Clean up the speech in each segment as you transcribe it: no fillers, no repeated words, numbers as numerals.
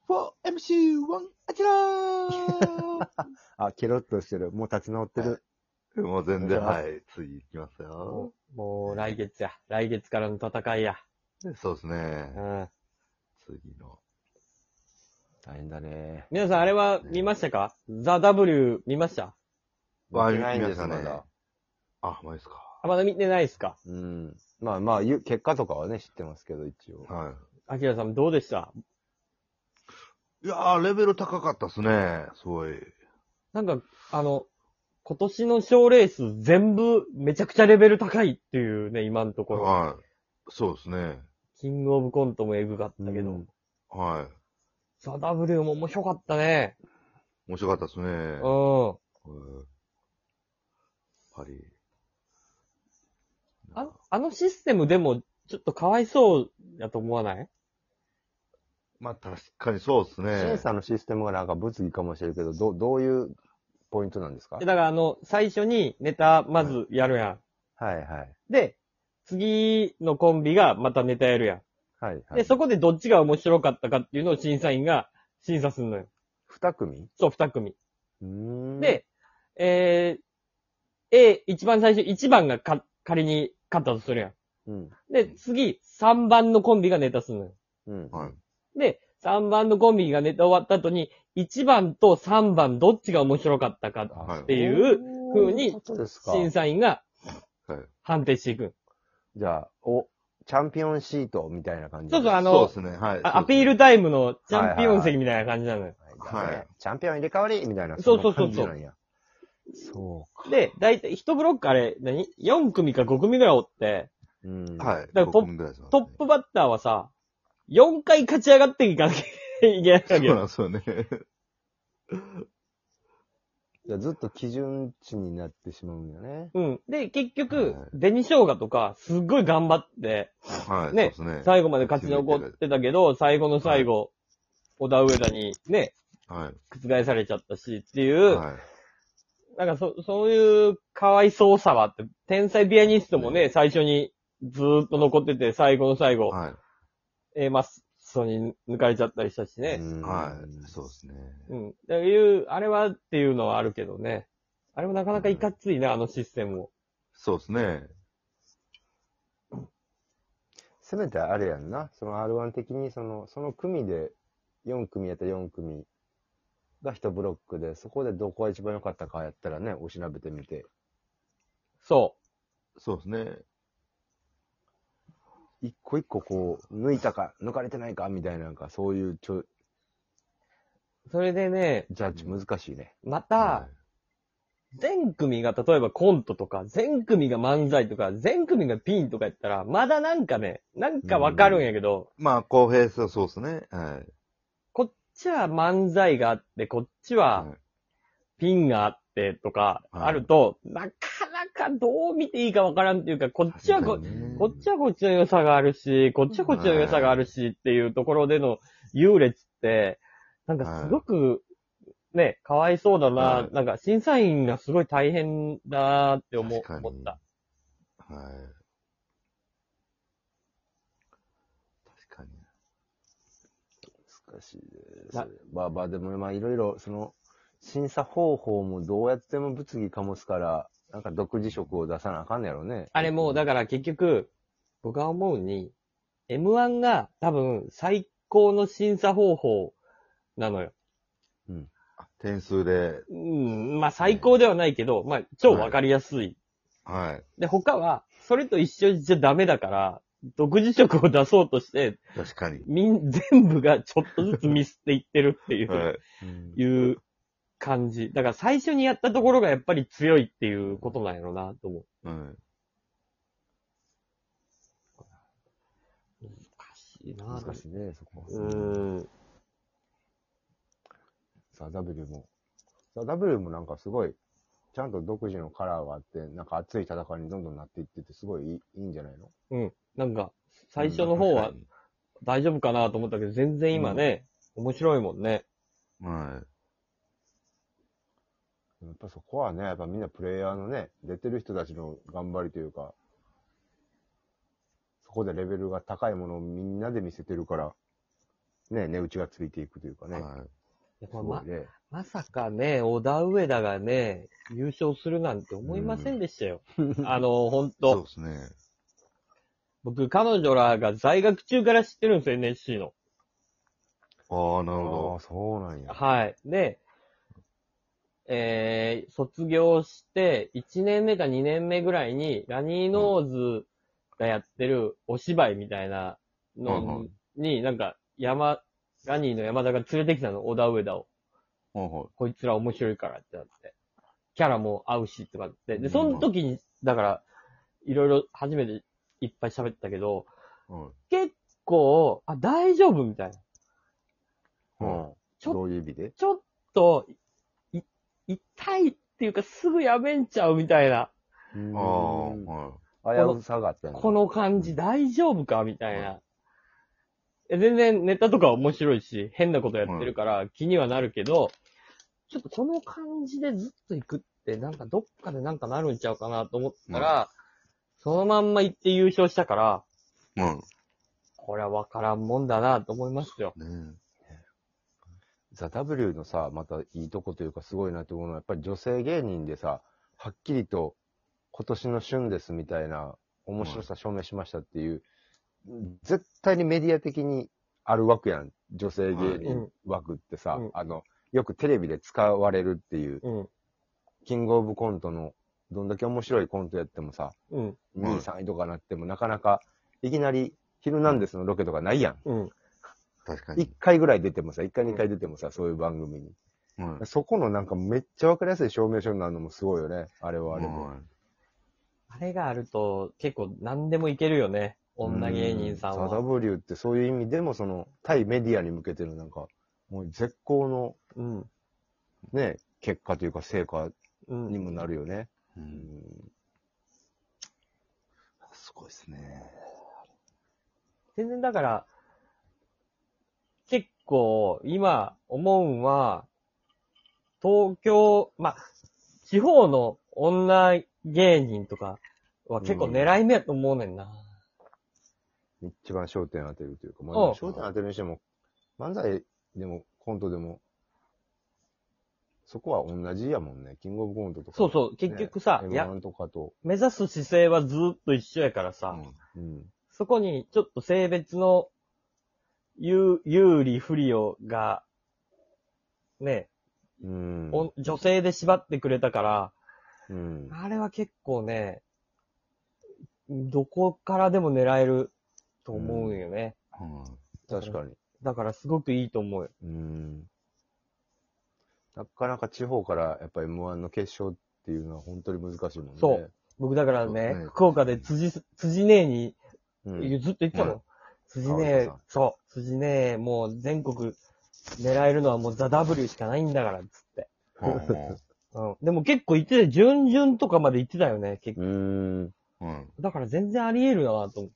4MC1 アキラーあ、ケロッとしてる。もう立ち直ってる。 もう全然、はい。次行きますよ。 もう来月や。来月からの戦いや。 そうですねう。ん。 次の。 大変だね。 皆さんあれは見ましたか？ザ・ W 見ました？ 見てないんです、 見ましたねまだ。 あ、マジですか。 あ、まだ見てないですか？ うん。まあまあ、結果とかはね、知ってますけど、一応。 はアキラさんどうでした？ い。いやー、レベル高かったっすね。すごい。 なんか、今年の賞レース全部めちゃくちゃレベル高いっていうね、今のところ。 はい。そうですね。 キングオブコントもエグかったけど。 うんはザ・ W も面白かったね。 い。面白かったですね。 うん。 やっぱり。 あのシステムでもちょっとかわいそうやと思わない？ まあ確かにそうですね。 審査のシステムがなんか物議かもしれるけど、どういうポイントなんですか？ だから最初にネタまずやるやん。 はいはい。 で、次のコンビがまたネタやるやん。 はいはい。 で、そこでどっちが面白かったかっていうのを審査員が審査するのよ。 二組？ そう、二組。 うーん。 で、一番最初、1番が仮に勝ったとするやん。 うん。 で、次、3番のコンビがネタするのよ。 うん。 はい。 で、3番のコンビがネタ終わった後に、1番と3番どっちが面白かったかっていう風に審査員がはい。 判定していく。 じゃあ、チャンピオンシートみたいな感じで。 そうそう、 そうですね。はい。 アピールタイムのチャンピオン席みたいな感じなのよ。 はいチャンピオン入れ替わりみたいな。 そうそうそうそうんな感じなんや。そうか。 で、だいたい1ブロックあれ、4組か5組ぐらいおって、 うん。 はい。 だから僕もぐらいですねトップバッターはさ、4回勝ち上がっていかなきゃいけないわけよ。 そうなんですよね。 じゃあずっと基準値になってしまうんよね。 うん。で、結局はい、 紅生姜とか、すっごい頑張って、 はい。 ねそうですね。 最後まで勝ち残ってたけど、最後の最後、小田上田にね、 はい。 覆されちゃったしっていう、 はい。 なんかそういうかわいそうさはあって、天才ピアニストもね、最初にずーっと残ってて、最後の最後、 はい。 マッソに抜かれちゃったりしたしね。 はい。そうですね。 うん。っていう、あれはっていうのはあるけどね。あれもなかなかいかついな、あのシステムを。 そうですね。 せめてあれやんな。その R1 的にその組で4組やったら4組が1ブロックで、そこでどこが一番良かったかやったらね、お調べてみて。 そそうですね。 一個一個こう、抜いたか、抜かれてないかみたいな、なんかそういうう。それでね、 ジャッジ難しいね。 また、 は全組が例えばコントとか、全組が漫才とか、全組がピンとかやったら、まだなんかね、なんかわかるんやけど、 い。まあ、公平さ、そうですね。はい。 こっちは漫才があって、こっちははいピンがあってとか、 はいあると、なかなかどう見ていいかわからんっていうか、こっちはこ確かにねっちはこっちの良さがあるし、こっちはこっちの良さがあるしっていうところでの優劣って、なんかすごく、ね、かわいそうだな、 はいなんか審査員がすごい大変だなって思確かにった。 はい。確かに。 難しいですな。 まあでもいろいろ、審査方法もどうやっても物議かもすから、なんか独自色を出さなあかんねやろね。 あれもうだから結局、僕が思うに、M1 が多分最高の審査方法なのよ。 点数で、 まあ最高ではないけど、まあ超わかりやすい。 はい。 で、他は、それと一緒じゃダメだから、独自色を出そうとして、 確かに。 全部がちょっとずつミスっていってるっていう、 はい。 いう感じ。だから最初にやったところがやっぱり強いっていうことなんやろうなと思う。 はい。 難しいな難しいね、そこは。さあ、W もなんかすごい、ちゃんと独自のカラーがあって、なんか熱い戦いにどんどんなっていってて、すごいいいんじゃないの？ うん。なんか、最初の方は大丈夫かなと思ったけど、全然今ね、面白いもんね。 はやっぱそこはね、やっぱみんなプレイヤーのね、出てる人たちの頑張りというか、そこでレベルが高いものをみんなで見せてるから、 ね、値打ちがついていくというかね。 はい。 やっすごいね。 まさかね、小田上田がね、優勝するなんて思いませんでしたよ。ほんと。 そうですね。 僕、彼女らが在学中から知ってるんですよ、NSC の。 ああ、なるあほあ、そうなんや。 はい。で、卒業して、1年目か2年目ぐらいに、ラニーノーズがやってるお芝居みたいなのに、なんか、ラニーの山田が連れてきたの、小田上田を。 ど。はいはい。 こいつら面白いからってなって。キャラも合うしとかって。で、その時に、だから、いろいろ初めていっぱい喋ったけど、結構、大丈夫みたいな。 うん。 ちょどういう意味でちょっと、痛いっていうかすぐやめんちゃうみたいな。 うん。 ああ、はい。 危うさがあったんだ。 この感じ大丈夫かみたいな。全然ネタとか面白いし、変なことやってるから気にはなるけど、ちょっとこの感じでずっと行くって、なんかどっかでなんかなるんちゃうかなと思ったら、そのまんま行って優勝したから、これはわからんもんだなと思いますよ。 ねザ・ W のさ、またいいとこというかすごいなって思うのは、やっぱり女性芸人でさ、はっきりと今年の旬ですみたいな面白さ証明しましたっていう、絶対にメディア的にある枠やん。女性芸人枠ってさ、よくテレビで使われるっていう、キングオブコントのどんだけ面白いコントやってもさ、2位、3位とかなってもなかなかいきなりヒルナンデスのロケとかないやん。 確かに。 1回ぐらい出てもさ、1回2回出てもさ、そういう番組に。そこのなんかめっちゃわかりやすい証明書になるのもすごいよね。あれはあれで。 あれがあると結構何でもいけるよね。女芸人さんは。 ザ・ W ってそういう意味でもその、対メディアに向けてのなんか、もう絶好の、ね、結果というか成果にもなるよね。 すごいですね。 全然だから、結構今思うんは、東京、地方の女芸人とかは結構狙い目やと思うねんな。 一番焦点当てるというか、焦点当てるにしても、漫才でもコントでも、そこは同じやもんね。キングオブコントとか。 そうそう、結局さ、 M1 とかと。 目指す姿勢はずっと一緒やからさ、そこにちょっと性別の有利不利をが、ね、女性で縛ってくれたから、あれは結構ね、どこからでも狙えると思うよね。 確かに。 だからすごくいいと思うよ。 なかなか地方からやっぱり M1 の決勝っていうのは本当に難しいもんね。 そう。僕だからね、福岡で辻姉に、ずっと言ってたの。辻姉、もう全国狙えるのはもうザ・ W しかないんだから、つって。でも結構言ってたよ。準々とかまで言ってたよね、結構。だから全然あり得るなと思って。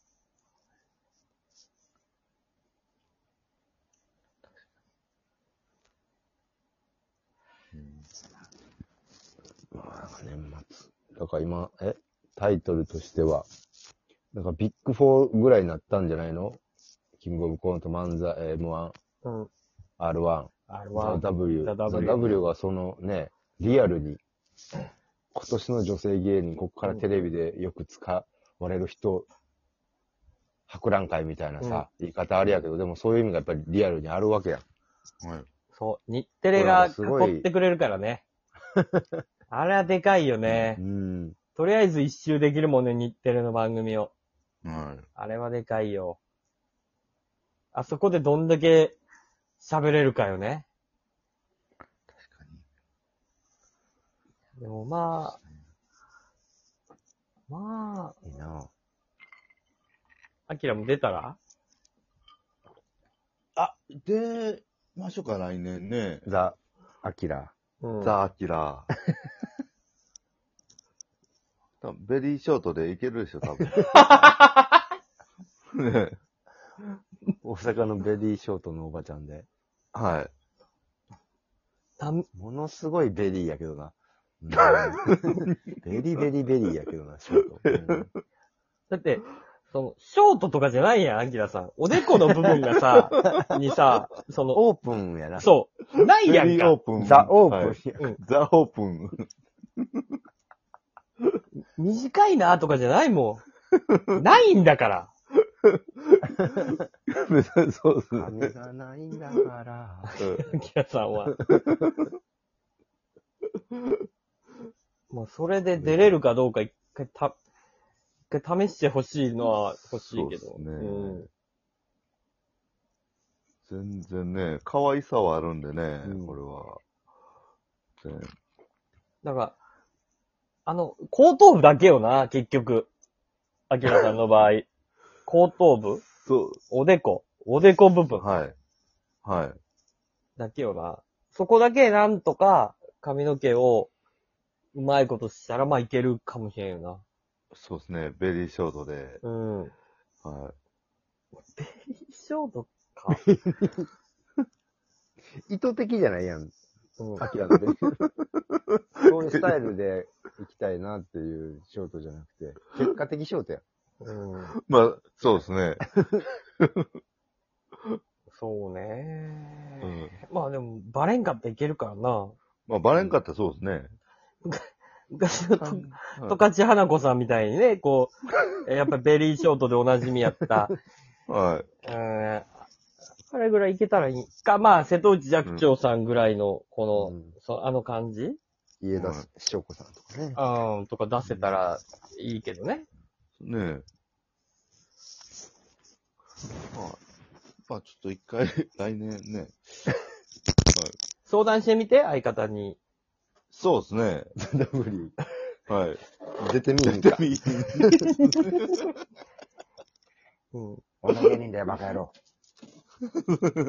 年末。だから今、タイトルとしては、なんかビッグ4ぐらいになったんじゃないの？キングオブコント、漫才、M1、R1、ザ・ W。ザ・ W がそのね、リアルに、今年の女性芸人、ここからテレビでよく使われる人、博覧会みたいなさ、言い方あれやけど、でもそういう意味がやっぱりリアルにあるわけやん。 そう、日テレが囲ってくれるからね。あれはでかいよね。とりあえず一周できるもんね、日テレの番組を。あれはでかいよ。あそこでどんだけ喋れるかよね。 確かに。 でもいいなアキラも出たら？ 出ましょうか、来年ね。 ザ・アキラ。 ザ・アキラ。ベリーショートでいけるでしょ、多分。ね、 大阪のベリーショートのおばちゃんで。 はい。 ものすごいベリーやけどな。ベリーベリーベリーやけどな、ショート。 だって、 ショートとかじゃないやん、アキラさん。おでこの部分がさ、にさ、 オープンやな。 そう。ないやんベリーオーか。 プン。 ザ・オープンはいや。 ザ・オープン。 短いなとかじゃないもん。ないんだから。 そうですね。 髪がないんだから。 アキラさんは。まあ、それで出れるかどうか一回試してほしいのは欲しいけど。 そうですね全然ね、可愛さはあるんでね、 うんこれは。 だから、後頭部だけよな、結局。アキラさんの場合。後頭部そう。 おでこ部分はい。はい。 だけよな。そこだけなんとか髪の毛をうまいことしたら、まあいけるかもしれんよな。 そうですね、ベリーショートで。 うん。 はベリーショートか。 意図的じゃないやん。 うんアキラのベリー。そういうスタイルで行きたいなっていうショートじゃなくて、結果的ショートやん。 うん。 い。まあ、そうですね。 そうね。まあでも、バレんかったらいけるからな。 まあ、バレんかったらそうですね。 昔のはい十勝花子さんみたいにね、こう、やっぱベリーショートでおなじみやった。 はい。 あれぐらいいけたらいいか。まあ、瀬戸内寂聴さんぐらいの、この、 うんあの感じ家田しょ子さんとかね。 とか出せたらいいけどね。 ねえ。まあ、ちょっと一回、来年ね。はい。 相談してみて、相方に。 そうですね。 W。 はい。 出てみるんか。 うん。 女芸人だよ、バカ野郎。